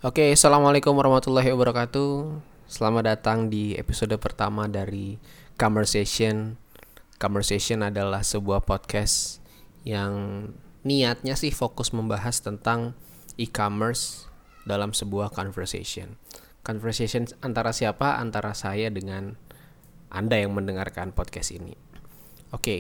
Oke, assalamualaikum warahmatullahi wabarakatuh. Selamat datang di episode pertama dari Conversation. Conversation adalah sebuah podcast yang niatnya sih fokus membahas tentang e-commerce dalam sebuah conversation. Conversation antara siapa? Antara saya dengan Anda yang mendengarkan podcast ini. Oke,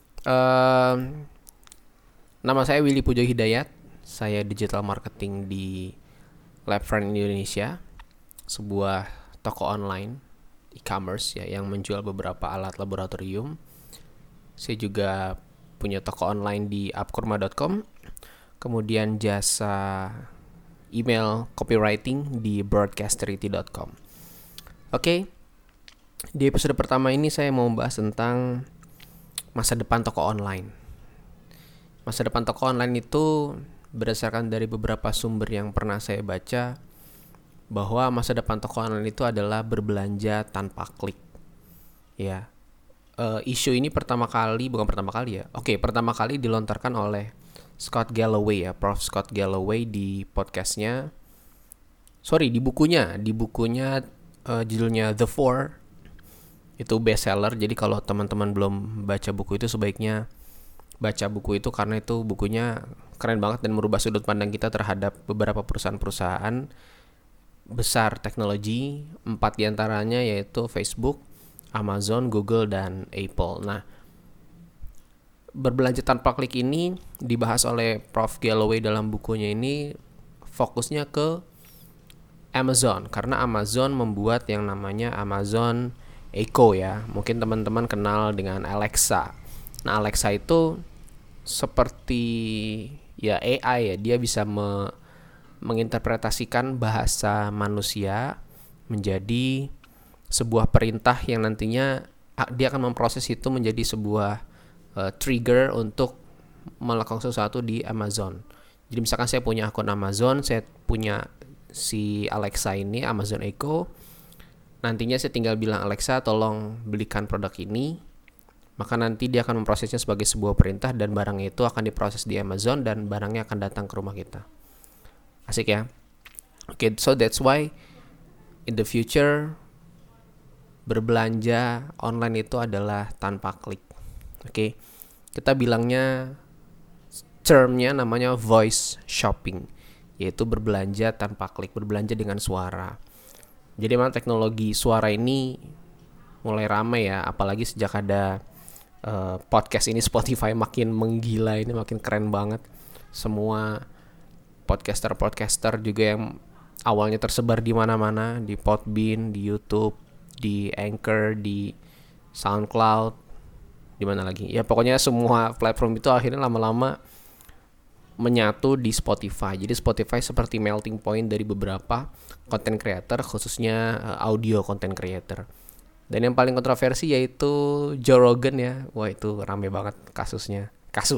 nama saya Willy Pujo Hidayat. Saya digital marketing di LabFriend Indonesia, sebuah toko online e-commerce ya yang menjual beberapa alat laboratorium. Saya juga punya toko online di appkurma.com, kemudian jasa email copywriting di broadcasterity.com. Oke, di episode pertama ini saya mau membahas tentang masa depan toko online. Masa depan toko online itu berdasarkan dari beberapa sumber yang pernah saya baca, bahwa masa depan toko online itu adalah berbelanja tanpa klik. Ya, isu ini pertama kali dilontarkan oleh Scott Galloway ya, Prof. Scott Galloway di podcastnya. Di bukunya judulnya The Four. Itu bestseller. Jadi kalau teman-teman belum baca buku itu sebaiknya baca buku itu, karena itu bukunya keren banget dan merubah sudut pandang kita terhadap beberapa perusahaan-perusahaan besar teknologi. 4 diantaranya yaitu Facebook, Amazon, Google, dan Apple. Nah, berbelanja tanpa klik ini dibahas oleh Prof. Galloway dalam bukunya ini, fokusnya ke Amazon, karena Amazon membuat yang namanya Amazon Echo ya. Mungkin teman-teman kenal dengan Alexa. Nah, Alexa itu seperti ya AI ya, dia bisa menginterpretasikan bahasa manusia menjadi sebuah perintah yang nantinya dia akan memproses itu menjadi sebuah trigger untuk melakukan sesuatu di Amazon. Jadi misalkan saya punya akun Amazon, saya punya si Alexa ini, Amazon Echo. Nantinya saya tinggal bilang, Alexa tolong belikan produk ini, maka nanti dia akan memprosesnya sebagai sebuah perintah dan barangnya itu akan diproses di Amazon dan barangnya akan datang ke rumah kita. Asik ya? Okay, so that's why in the future berbelanja online itu adalah tanpa klik. Okay? Kita bilangnya, termnya namanya voice shopping, yaitu berbelanja tanpa klik, berbelanja dengan suara. Jadi memang teknologi suara ini mulai ramai ya, apalagi sejak ada podcast ini, Spotify makin menggila, ini makin keren banget. Semua podcaster juga yang awalnya tersebar di mana-mana, di Podbean, di YouTube, di Anchor, di SoundCloud, di mana lagi? Ya pokoknya semua platform itu akhirnya lama-lama menyatu di Spotify. Jadi Spotify seperti melting point dari beberapa content creator, khususnya audio content creator. Dan yang paling kontroversi yaitu Joe Rogan ya. Wah, itu rame banget kasusnya.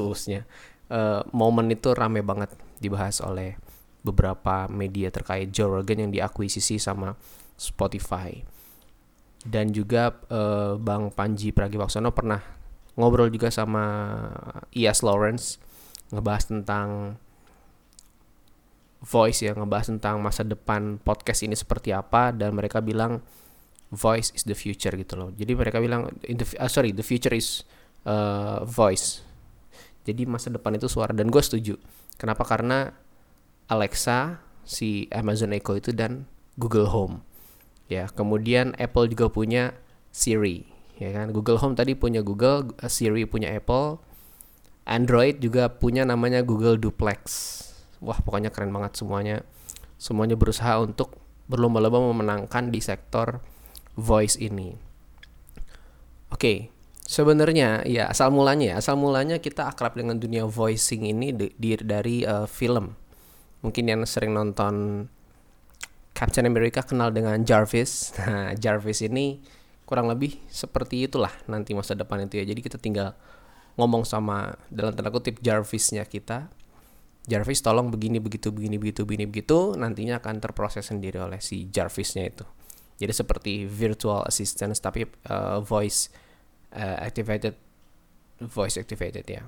Momen itu rame banget dibahas oleh beberapa media terkait Joe Rogan yang diakuisisi sama Spotify. Dan juga Bang Panji Pragiwaksono pernah ngobrol juga sama Ias Lawrence, ngebahas tentang voice ya, ngebahas tentang masa depan podcast ini seperti apa, dan mereka bilang voice is the future gitu loh. Jadi mereka bilang the future is voice. Jadi masa depan itu suara, dan gue setuju. Kenapa? Karena Alexa, si Amazon Echo itu, dan Google Home. Ya, kemudian Apple juga punya Siri, ya kan? Google Home tadi punya Google, Siri punya Apple. Android juga punya namanya Google Duplex. Wah, pokoknya keren banget semuanya. Semuanya berusaha untuk berlomba-lomba memenangkan di sektor voice ini. Oke, sebenarnya ya asal mulanya kita akrab dengan dunia voicing ini dari film. Mungkin yang sering nonton Captain America kenal dengan Jarvis. Nah, Jarvis ini kurang lebih seperti itulah nanti masa depan itu ya. Jadi kita tinggal ngomong sama, dalam tanda kutip, Jarvisnya kita. Jarvis tolong begini begitu, nantinya akan terproses sendiri oleh si Jarvisnya itu. Jadi seperti virtual assistant tapi voice activated ya.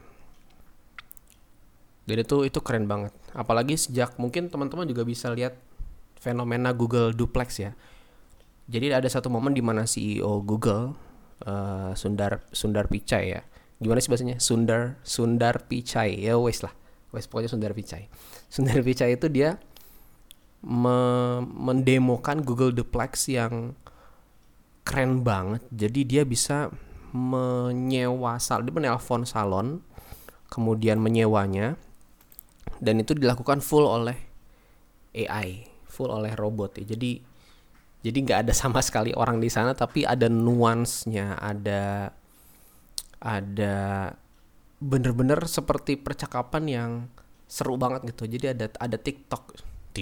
Dan itu keren banget. Apalagi sejak, mungkin teman-teman juga bisa lihat fenomena Google Duplex ya. Jadi ada satu momen di mana CEO Google, Sundar Pichai ya. Gimana sih bahasanya? Sundar Pichai. Ya wes lah. Wes pokoknya Sundar Pichai. Sundar Pichai itu dia mendemokan Google Duplex yang keren banget. Jadi dia bisa dia menelpon salon, kemudian menyewanya, dan itu dilakukan full oleh AI, full oleh robot ya. Jadi nggak ada sama sekali orang di sana, tapi ada nuansnya, ada bener-bener seperti percakapan yang seru banget gitu. Jadi ada TikTok,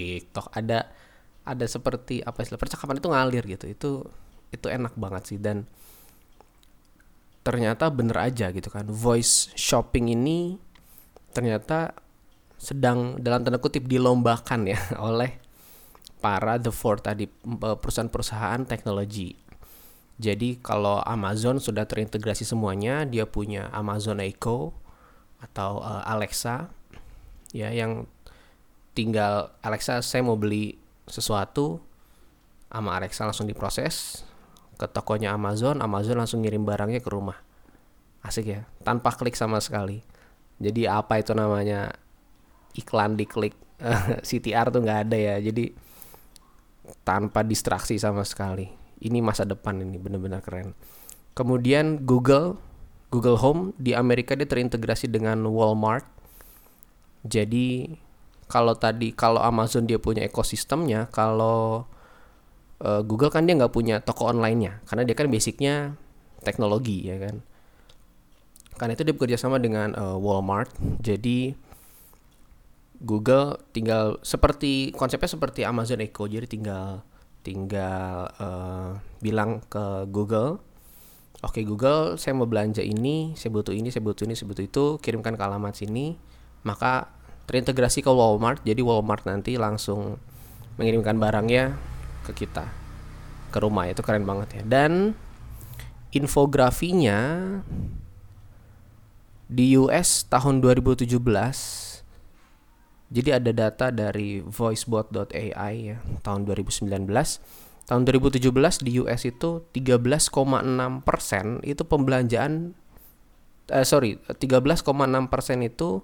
ada seperti apa istilah, percakapan itu ngalir gitu. Itu enak banget sih, dan ternyata bener aja gitu kan. Voice shopping ini ternyata sedang dalam tanda kutip dilombakan ya oleh para the four tadi, perusahaan-perusahaan teknologi. Jadi kalau Amazon sudah terintegrasi semuanya, dia punya Amazon Echo atau Alexa ya, yang tinggal Alexa saya mau beli sesuatu, sama Alexa langsung diproses ke tokonya Amazon langsung ngirim barangnya ke rumah. Asik ya, tanpa klik sama sekali. Jadi apa itu namanya iklan diklik, CTR tuh nggak ada ya. Jadi tanpa distraksi sama sekali. Ini masa depan, ini benar-benar keren. Kemudian Google Home di Amerika dia terintegrasi dengan Walmart. Jadi kalau Amazon dia punya ekosistemnya, kalau Google kan dia nggak punya toko online-nya, karena dia kan basicnya teknologi ya kan. Karena itu dia bekerja sama dengan Walmart. Jadi Google tinggal konsepnya seperti Amazon Echo. Jadi tinggal bilang ke Google, oke Google, saya mau belanja ini, saya butuh ini, saya butuh itu, kirimkan ke alamat sini. Maka terintegrasi ke Walmart. Jadi Walmart nanti langsung mengirimkan barangnya ke kita, ke rumah. Itu keren banget ya. Dan infografinya di US tahun 2017, jadi ada data dari voicebot.ai ya, tahun 2019. Tahun 2017 di US itu 13,6% itu pembelanjaan 13,6% itu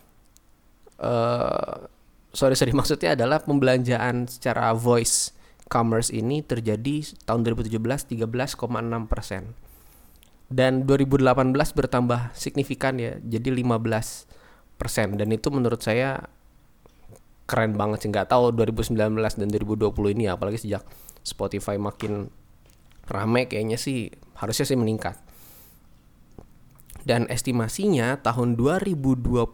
maksudnya adalah pembelanjaan secara voice commerce ini terjadi tahun 2017 13,6%. Dan 2018 bertambah signifikan ya, jadi 15%. Dan itu menurut saya keren banget sih. Nggak tahu 2019 dan 2020 ini, apalagi sejak Spotify makin rame, kayaknya sih harusnya sih meningkat. Dan estimasinya tahun 2022,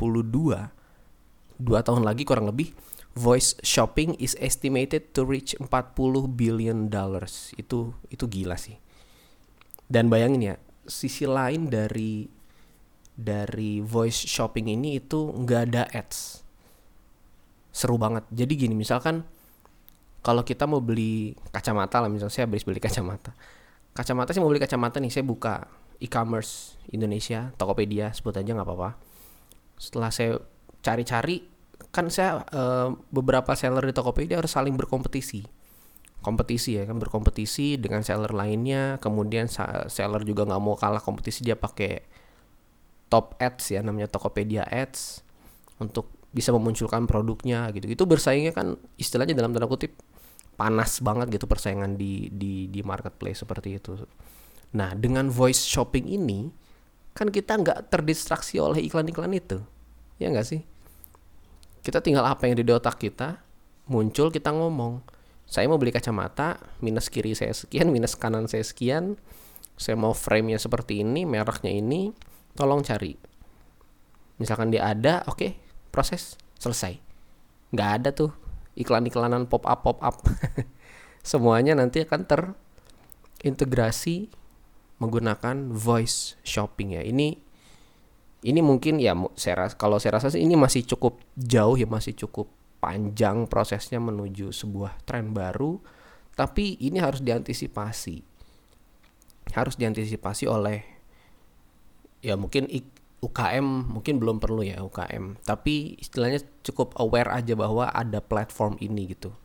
2 tahun lagi kurang lebih, voice shopping is estimated to reach $40 billion. Itu gila sih. Dan bayangin ya, sisi lain dari voice shopping ini itu nggak ada ads. Seru banget. Jadi gini, misalkan kalau kita mau beli kacamata lah, misalnya saya habis beli kacamata, saya mau beli kacamata nih, saya buka e-commerce Indonesia, Tokopedia, sebut aja nggak apa-apa. Setelah saya cari-cari, kan saya beberapa seller di Tokopedia harus saling berkompetisi ya kan, berkompetisi dengan seller lainnya. Kemudian seller juga nggak mau kalah kompetisi, dia pakai top ads ya, namanya Tokopedia Ads, untuk bisa memunculkan produknya gitu. Itu bersaingnya kan istilahnya dalam tanda kutip panas banget gitu persaingan di marketplace seperti itu. Nah, dengan voice shopping ini kan kita nggak terdistraksi oleh iklan-iklan itu, ya nggak sih? Kita tinggal apa yang di otak kita muncul, kita ngomong, saya mau beli kacamata, minus kiri saya sekian, minus kanan saya sekian, saya mau frame-nya seperti ini, mereknya ini, tolong cari. Misalkan dia ada, oke, proses, selesai. Nggak ada tuh iklan-iklanan pop-up. Semuanya nanti akan terintegrasi menggunakan voice shopping ya. Ini mungkin ya, kalau saya rasa sih ini masih cukup jauh ya, masih cukup panjang prosesnya menuju sebuah tren baru. Tapi ini harus diantisipasi. Harus diantisipasi oleh ya mungkin UKM, mungkin belum perlu ya UKM. Tapi istilahnya cukup aware aja bahwa ada platform ini gitu.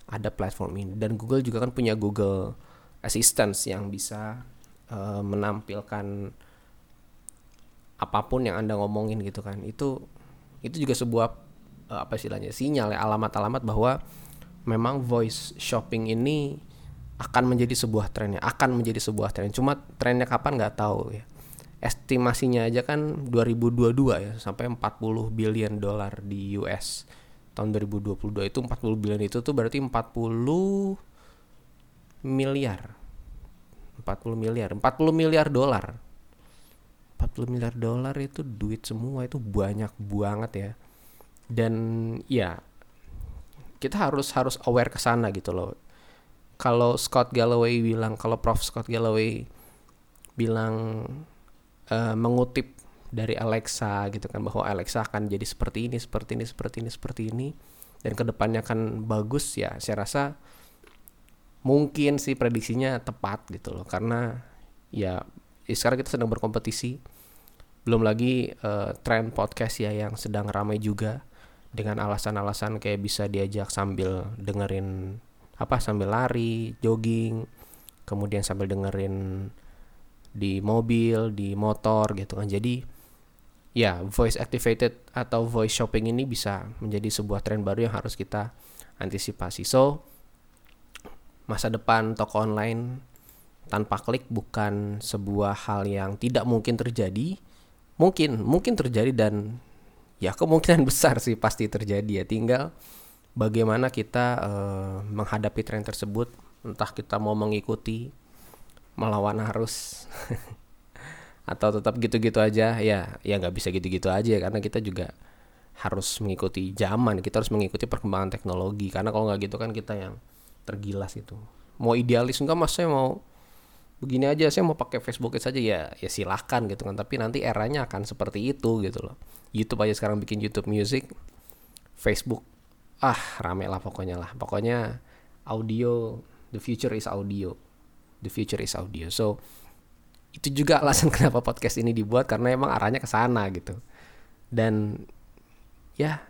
ada platform ini. Dan Google juga kan punya Google Assistant yang bisa menampilkan apapun yang Anda ngomongin gitu kan. Itu juga sebuah apa istilahnya, sinyal ya, alamat-alamat bahwa memang voice shopping ini akan menjadi sebuah tren Cuma trennya kapan nggak tahu ya. Estimasinya aja kan 2022 ya, sampai 40 billion dolar di US. Tahun 2022 itu 40 billion, itu tuh berarti 40 miliar dolar. 40 miliar dolar itu duit semua, itu banyak banget ya. Dan ya kita harus aware ke sana gitu loh. Kalau Prof Scott Galloway bilang mengutip dari Alexa gitu kan, bahwa Alexa akan jadi seperti ini dan kedepannya akan bagus, ya saya rasa mungkin sih prediksinya tepat gitu loh. Karena ya sekarang kita sedang berkompetisi, belum lagi tren podcast ya yang sedang ramai juga, dengan alasan-alasan kayak bisa diajak sambil dengerin sambil lari, jogging, kemudian sambil dengerin di mobil, di motor gitu kan. Jadi ya voice activated atau voice shopping ini bisa menjadi sebuah tren baru yang harus kita antisipasi. So masa depan toko online tanpa klik bukan sebuah hal yang tidak mungkin terjadi. Mungkin terjadi, dan ya kemungkinan besar sih pasti terjadi ya. Tinggal bagaimana kita menghadapi tren tersebut. Entah kita mau mengikuti, melawan arus atau tetap gitu-gitu aja. Ya nggak bisa gitu-gitu aja, karena kita juga harus mengikuti zaman. Kita harus mengikuti perkembangan teknologi. Karena kalau nggak gitu kan kita yang tergilas itu. Mau idealis enggak, mas saya mau begini aja, saya mau pakai Facebook saja, ya silahkan gitu kan. Tapi nanti eranya akan seperti itu gitu loh. YouTube aja sekarang bikin YouTube Music, Facebook rame lah pokoknya audio, the future is audio. So itu juga alasan kenapa podcast ini dibuat, karena emang arahnya ke sana gitu. Dan ya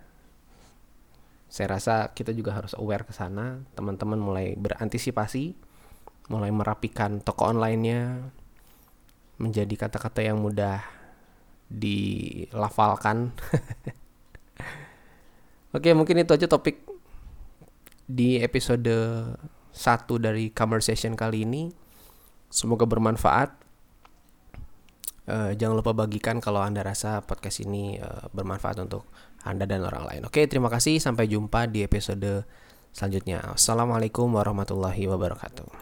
saya rasa kita juga harus aware ke sana. Teman-teman mulai berantisipasi, mulai merapikan toko online-nya menjadi kata-kata yang mudah dilafalkan. Oke, mungkin itu aja topik di episode 1 dari Conversation kali ini. Semoga bermanfaat. Jangan lupa bagikan kalau Anda rasa podcast ini bermanfaat untuk Anda dan orang lain. Oke, terima kasih. Sampai jumpa di episode selanjutnya. Assalamualaikum warahmatullahi wabarakatuh.